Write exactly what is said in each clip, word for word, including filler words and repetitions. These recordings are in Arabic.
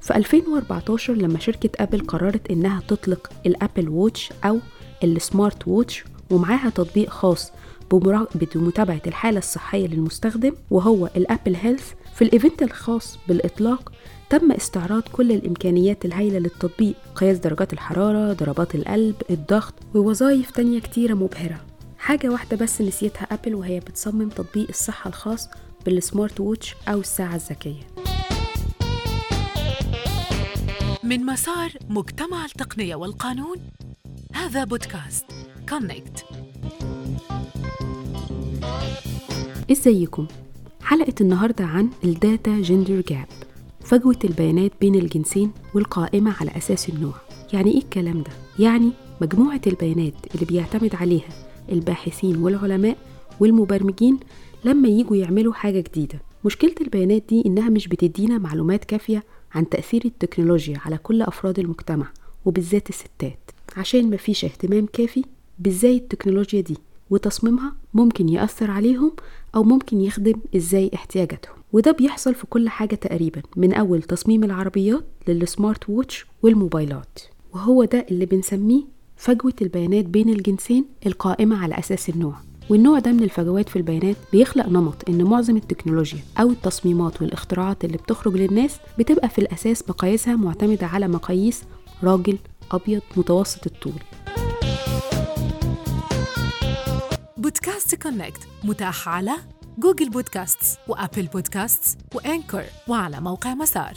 في ألفين وأربعتاشر لما شركة أبل قررت إنها تطلق الأبل ووتش أو السمارت ووتش ومعاها تطبيق خاص بمتابعة الحالة الصحية للمستخدم وهو الأبل هيلث، في الإيفنت الخاص بالإطلاق تم استعراض كل الإمكانيات الهائلة للتطبيق، قياس درجات الحرارة، ضربات القلب، الضغط ووظائف تانية كتيرة مبهرة. حاجة واحدة بس نسيتها أبل وهي بتصمم تطبيق الصحة الخاص بالسمارت ووتش أو الساعة الذكية. من مسار مجتمع التقنية والقانون، هذا بودكاست كونكت. ازيكم؟ حلقة النهاردة عن الداتا جندر جاب، فجوة البيانات بين الجنسين والقائمة على أساس النوع. يعني إيه الكلام ده؟ يعني مجموعة البيانات اللي بيعتمد عليها الباحثين والعلماء والمبرمجين لما ييجوا يعملوا حاجة جديدة. مشكلة البيانات دي إنها مش بتدينا معلومات كافية عن تأثير التكنولوجيا على كل أفراد المجتمع وبالذات الستات، عشان مفيش اهتمام كافي بإزاي التكنولوجيا دي وتصميمها ممكن يأثر عليهم أو ممكن يخدم إزاي احتياجاتهم. وده بيحصل في كل حاجة تقريبا، من أول تصميم العربيات للسمارت ووتش والموبايلات، وهو ده اللي بنسميه فجوة البيانات بين الجنسين القائمة على أساس النوع. والنوع ده من الفجوات في البيانات بيخلق نمط إن معظم التكنولوجيا أو التصميمات والاختراعات اللي بتخرج للناس بتبقى في الأساس مقاييسها معتمدة على مقاييس راجل أبيض متوسط الطول. بودكاست كونكت متاح على جوجل بودكاست وأبل بودكاست وأنكر وعلى موقع مسار.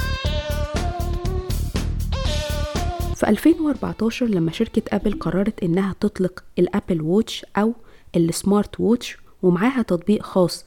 في ألفين وأربعتاشر لما شركة أبل قررت إنها تطلق الأبل ووتش أو السمارت ووتش ومعاها تطبيق خاص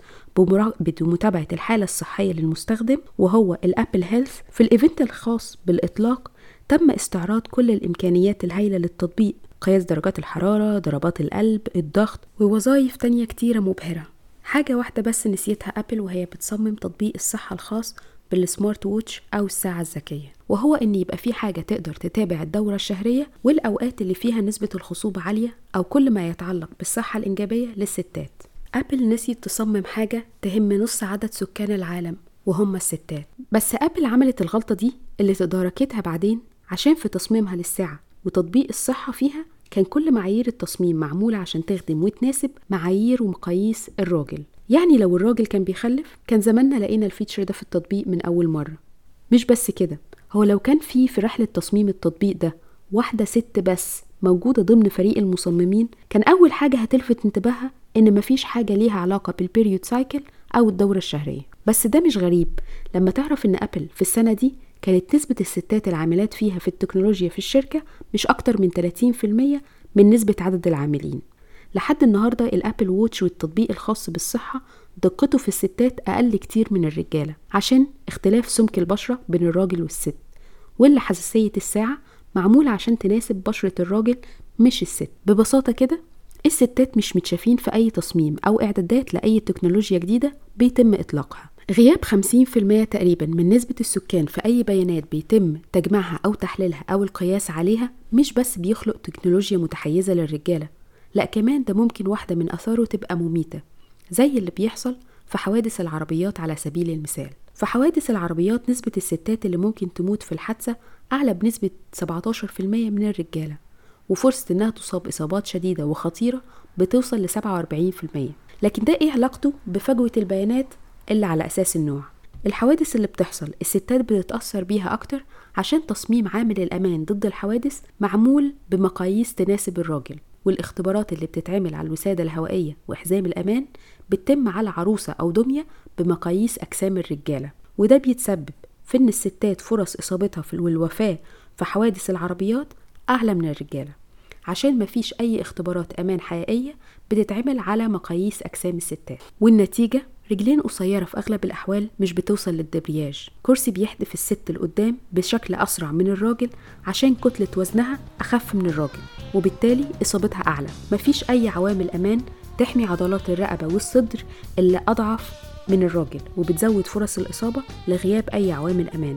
بمتابعة الحالة الصحية للمستخدم وهو الأبل هيلث، في الإيفنت الخاص بالإطلاق تم استعراض كل الإمكانيات الهائلة للتطبيق، قياس درجات الحرارة، ضربات القلب، الضغط ووظائف تانية كتيرة مبهرة. حاجة واحدة بس نسيتها أبل وهي بتصمم تطبيق الصحة الخاص بالسمارت ووتش أو الساعة الذكية، وهو إن يبقى في حاجة تقدر تتابع الدورة الشهرية والأوقات اللي فيها نسبة الخصوبة عالية أو كل ما يتعلق بالصحة الإنجابية للستات. أبل نسيت تصمم حاجة تهم نص عدد سكان العالم وهم الستات، بس أبل عملت الغلطة دي اللي تداركتها بعدين عشان في تصميمها للساعة وتطبيق الصحة فيها كان كل معايير التصميم معمولة عشان تخدم وتناسب معايير ومقاييس الراجل. يعني لو الراجل كان بيخلف كان زماننا لقينا الفيتشر ده في التطبيق من أول مرة. مش بس كده، هو لو كان في في رحلة تصميم التطبيق ده واحدة ست بس موجودة ضمن فريق المصممين، كان أول حاجة هتلفت انتباهها إن مفيش حاجة ليها علاقة بالبيريود سايكل أو الدورة الشهرية. بس ده مش غريب لما تعرف إن أبل في السنة دي كانت نسبة الستات العاملات فيها في التكنولوجيا في الشركة مش أكتر من ثلاثين بالمية من نسبة عدد العاملين. لحد النهاردة الأبل ووتش والتطبيق الخاص بالصحة دقته في الستات أقل كتير من الرجالة عشان اختلاف سمك البشرة بين الراجل والست، واللي حساسية الساعة معمولة عشان تناسب بشرة الراجل مش الست. ببساطة كده الستات مش متشافين في أي تصميم أو إعدادات لأي تكنولوجيا جديدة بيتم إطلاقها. غياب خمسين بالمية تقريبا من نسبة السكان في أي بيانات بيتم تجميعها أو تحليلها أو القياس عليها مش بس بيخلق تكنولوجيا متحيزة للرجالة، لا كمان ده ممكن واحدة من أثاره تبقى مميتة، زي اللي بيحصل في حوادث العربيات على سبيل المثال. في حوادث العربيات نسبة الستات اللي ممكن تموت في الحادثة أعلى بنسبة سبعتاشر بالمية من الرجالة، وفرصة إنها تصاب إصابات شديدة وخطيرة بتوصل ل سبعة وأربعين بالمية. لكن ده إيه علاقته بفجوة البيانات اللي على أساس النوع؟ الحوادث اللي بتحصل الستات بتتأثر بيها أكتر عشان تصميم عامل الأمان ضد الحوادث معمول بمقاييس تناسب الراجل، والاختبارات اللي بتتعمل على الوسادة الهوائية وحزام الأمان بتتم على عروسة أو دمية بمقاييس أجسام الرجالة، وده بيتسبب في إن الستات فرص إصابتها في الوفاة في حوادث العربيات أعلى من الرجالة، عشان مفيش أي اختبارات أمان حقيقية بتتعمل على مقاييس أجسام الستات. والنتيجة رجلين قصيرة في أغلب الأحوال مش بتوصل للدبرياج، كرسي بيحدف الست القدام بشكل أسرع من الراجل عشان كتلة وزنها أخف من الراجل، وبالتالي إصابتها أعلى. مفيش أي عوامل أمان تحمي عضلات الرقبة والصدر اللي أضعف من الراجل، وبتزود فرص الإصابة لغياب أي عوامل أمان.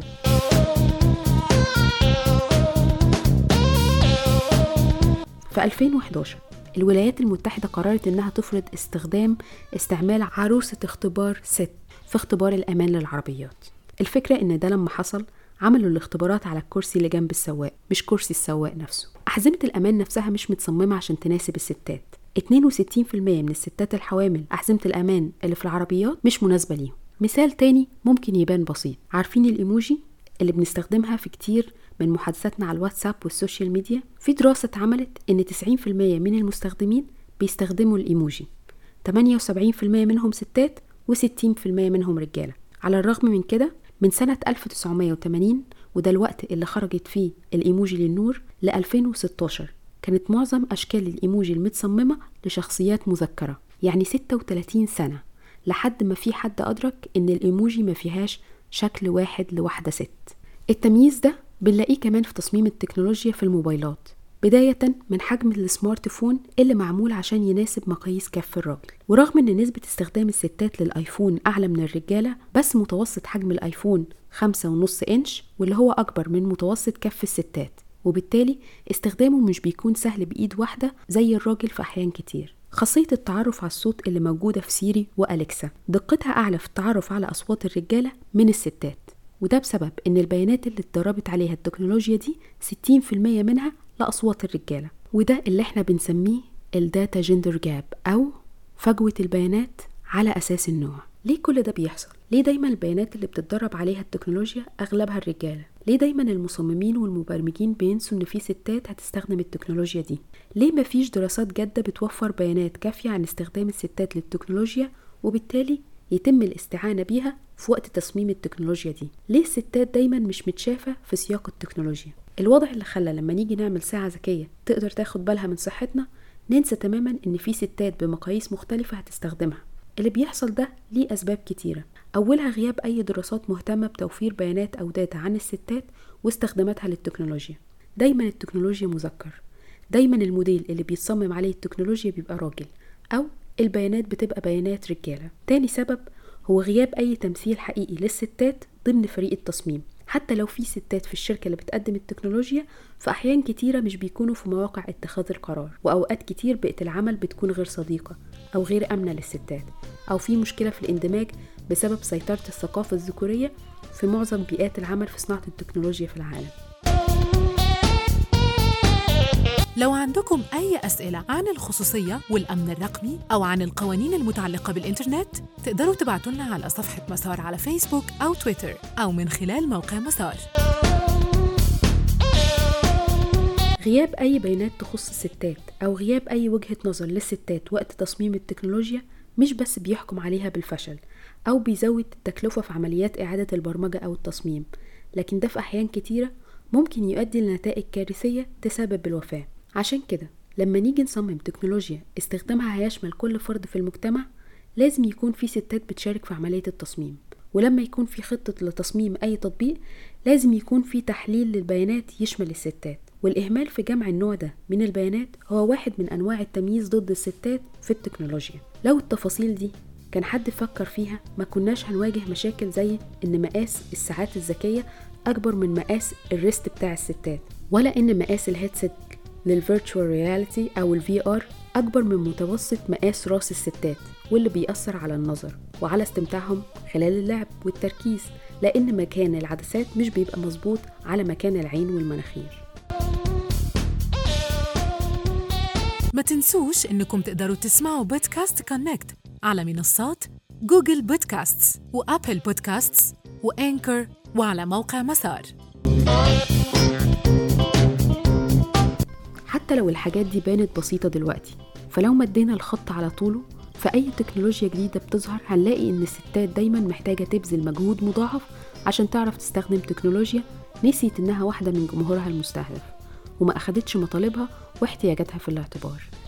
في ألفين وإحداشر الولايات المتحدة قررت إنها تفرض استخدام استعمال عروسة اختبار ست في اختبار الأمان للعربيات. الفكرة إن ده لما حصل عملوا الاختبارات على الكرسي اللي جنب السواق مش كرسي السواق نفسه. أحزمة الأمان نفسها مش متصممة عشان تناسب الستات. اتنين وستين بالمية من الستات الحوامل أحزمة الأمان اللي في العربيات مش مناسبة ليهم. مثال تاني ممكن يبان بسيط، عارفين الإيموجي اللي بنستخدمها في كتير من محادثاتنا على الواتساب والسوشيال ميديا؟ في دراسة اتعملت إن تسعين بالمية من المستخدمين بيستخدموا الإيموجي، تمانية وسبعين بالمية منهم ستات وستين بالمية منهم رجالة. على الرغم من كده، من سنة ألف وتسعمية وتمانين وده الوقت اللي خرجت فيه الإيموجي للنور ل ألفين وستاشر كانت معظم أشكال الإيموجي المتصممة لشخصيات مذكرة، يعني ستة وتلاتين سنة، لحد ما في حد أدرك إن الإيموجي ما فيهاش شكل واحد لواحدة ست. التمييز ده بنلاقيه كمان في تصميم التكنولوجيا في الموبايلات، بداية من حجم السمارت فون اللي معمول عشان يناسب مقاييس كف الراجل. ورغم ان نسبة استخدام الستات للآيفون أعلى من الرجالة، بس متوسط حجم الآيفون خمسة ونص إنش واللي هو أكبر من متوسط كف الستات، وبالتالي استخدامه مش بيكون سهل بإيد واحدة زي الراجل في أحيان كتير. خاصية التعرف على الصوت اللي موجودة في سيري وأليكسا دقتها أعلى في التعرف على أصوات الرجالة من الستات، وده بسبب ان البيانات اللي اتدربت عليها التكنولوجيا دي ستين بالمية منها لأصوات الرجالة، وده اللي احنا بنسميه الداتا جندر جاب أو فجوة البيانات على أساس النوع. ليه كل ده بيحصل؟ ليه دايما البيانات اللي بتتدرب عليها التكنولوجيا أغلبها الرجالة؟ ليه دايما المصممين والمبرمجين بينسوا ان في ستات هتستخدم التكنولوجيا دي؟ ليه مفيش دراسات جادة بتوفر بيانات كافية عن استخدام الستات للتكنولوجيا وبالتالي يتم الاستعانة بيها في وقت تصميم التكنولوجيا دي؟ ليه الستات دايما مش متشافة في سياق التكنولوجيا؟ الوضع اللي خلى لما نيجي نعمل ساعة ذكية تقدر تاخد بالها من صحتنا ننسى تماما ان في ستات بمقاييس مختلفة هتستخدمها. اللي بيحصل ده ليه أسباب كتيرة، أولها غياب أي دراسات مهتمة بتوفير بيانات أو داتا عن الستات واستخداماتها للتكنولوجيا. دايما التكنولوجيا مذكر، دايما الموديل اللي بيتصمم عليه التكنولوجيا بيبقى راجل أو البيانات بتبقى بيانات رجالة. تاني سبب هو غياب أي تمثيل حقيقي للستات ضمن فريق التصميم. حتى لو في ستات في الشركة اللي بتقدم التكنولوجيا، فأحيان كتيرة مش بيكونوا في مواقع اتخاذ القرار، وأوقات كتير بيئة العمل بتكون غير صديقة أو غير أمنة للستات، أو في مشكلة في الاندماج بسبب سيطرة الثقافة الذكورية في معظم بيئات العمل في صناعة التكنولوجيا في العالم. لو عندكم أي أسئلة عن الخصوصية والأمن الرقمي أو عن القوانين المتعلقة بالإنترنت، تقدروا تبعتوا لنا على صفحة مسار على فيسبوك أو تويتر أو من خلال موقع مسار. غياب أي بيانات تخص الستات أو غياب أي وجهة نظر للستات وقت تصميم التكنولوجيا مش بس بيحكم عليها بالفشل أو بيزود التكلفة في عمليات إعادة البرمجة أو التصميم، لكن ده في أحيان كتيرة ممكن يؤدي لنتائج كارثية تسبب الوفاة. عشان كده لما نيجي نصمم تكنولوجيا استخدامها هيشمل كل فرد في المجتمع، لازم يكون في ستات بتشارك في عملية التصميم. ولما يكون في خطة لتصميم أي تطبيق لازم يكون في تحليل للبيانات يشمل الستات، والإهمال في جمع النوع ده من البيانات هو واحد من أنواع التمييز ضد الستات في التكنولوجيا. لو التفاصيل دي كان حد فكر فيها ما كناش هنواجه مشاكل زي إن مقاس الساعات الذكية أكبر من مقاس الريست بتاع الستات، ولا إن مقاس الهيدسيت للفيرتشوال رياليتي أو الفي آر أكبر من متوسط مقاس راس الستات، واللي بيأثر على النظر وعلى استمتاعهم خلال اللعب والتركيز، لأن مكان العدسات مش بيبقى مظبوط على مكان العين والمناخير. ما تنسوش إنكم تقدروا تسمعوا بودكاست كونكت على منصات جوجل بودكاستس وأبل بودكاستس وأنكر وعلى موقع مسار. حتى لو الحاجات دي بانت بسيطة دلوقتي، فلو مدينا الخط على طوله فأي تكنولوجيا جديدة بتظهر هنلاقي إن الستات دايما محتاجة تبذل مجهود مضاعف عشان تعرف تستخدم تكنولوجيا نسيت إنها واحدة من جمهورها المستهدف وما أخدتش مطالبها واحتياجاتها في الاعتبار.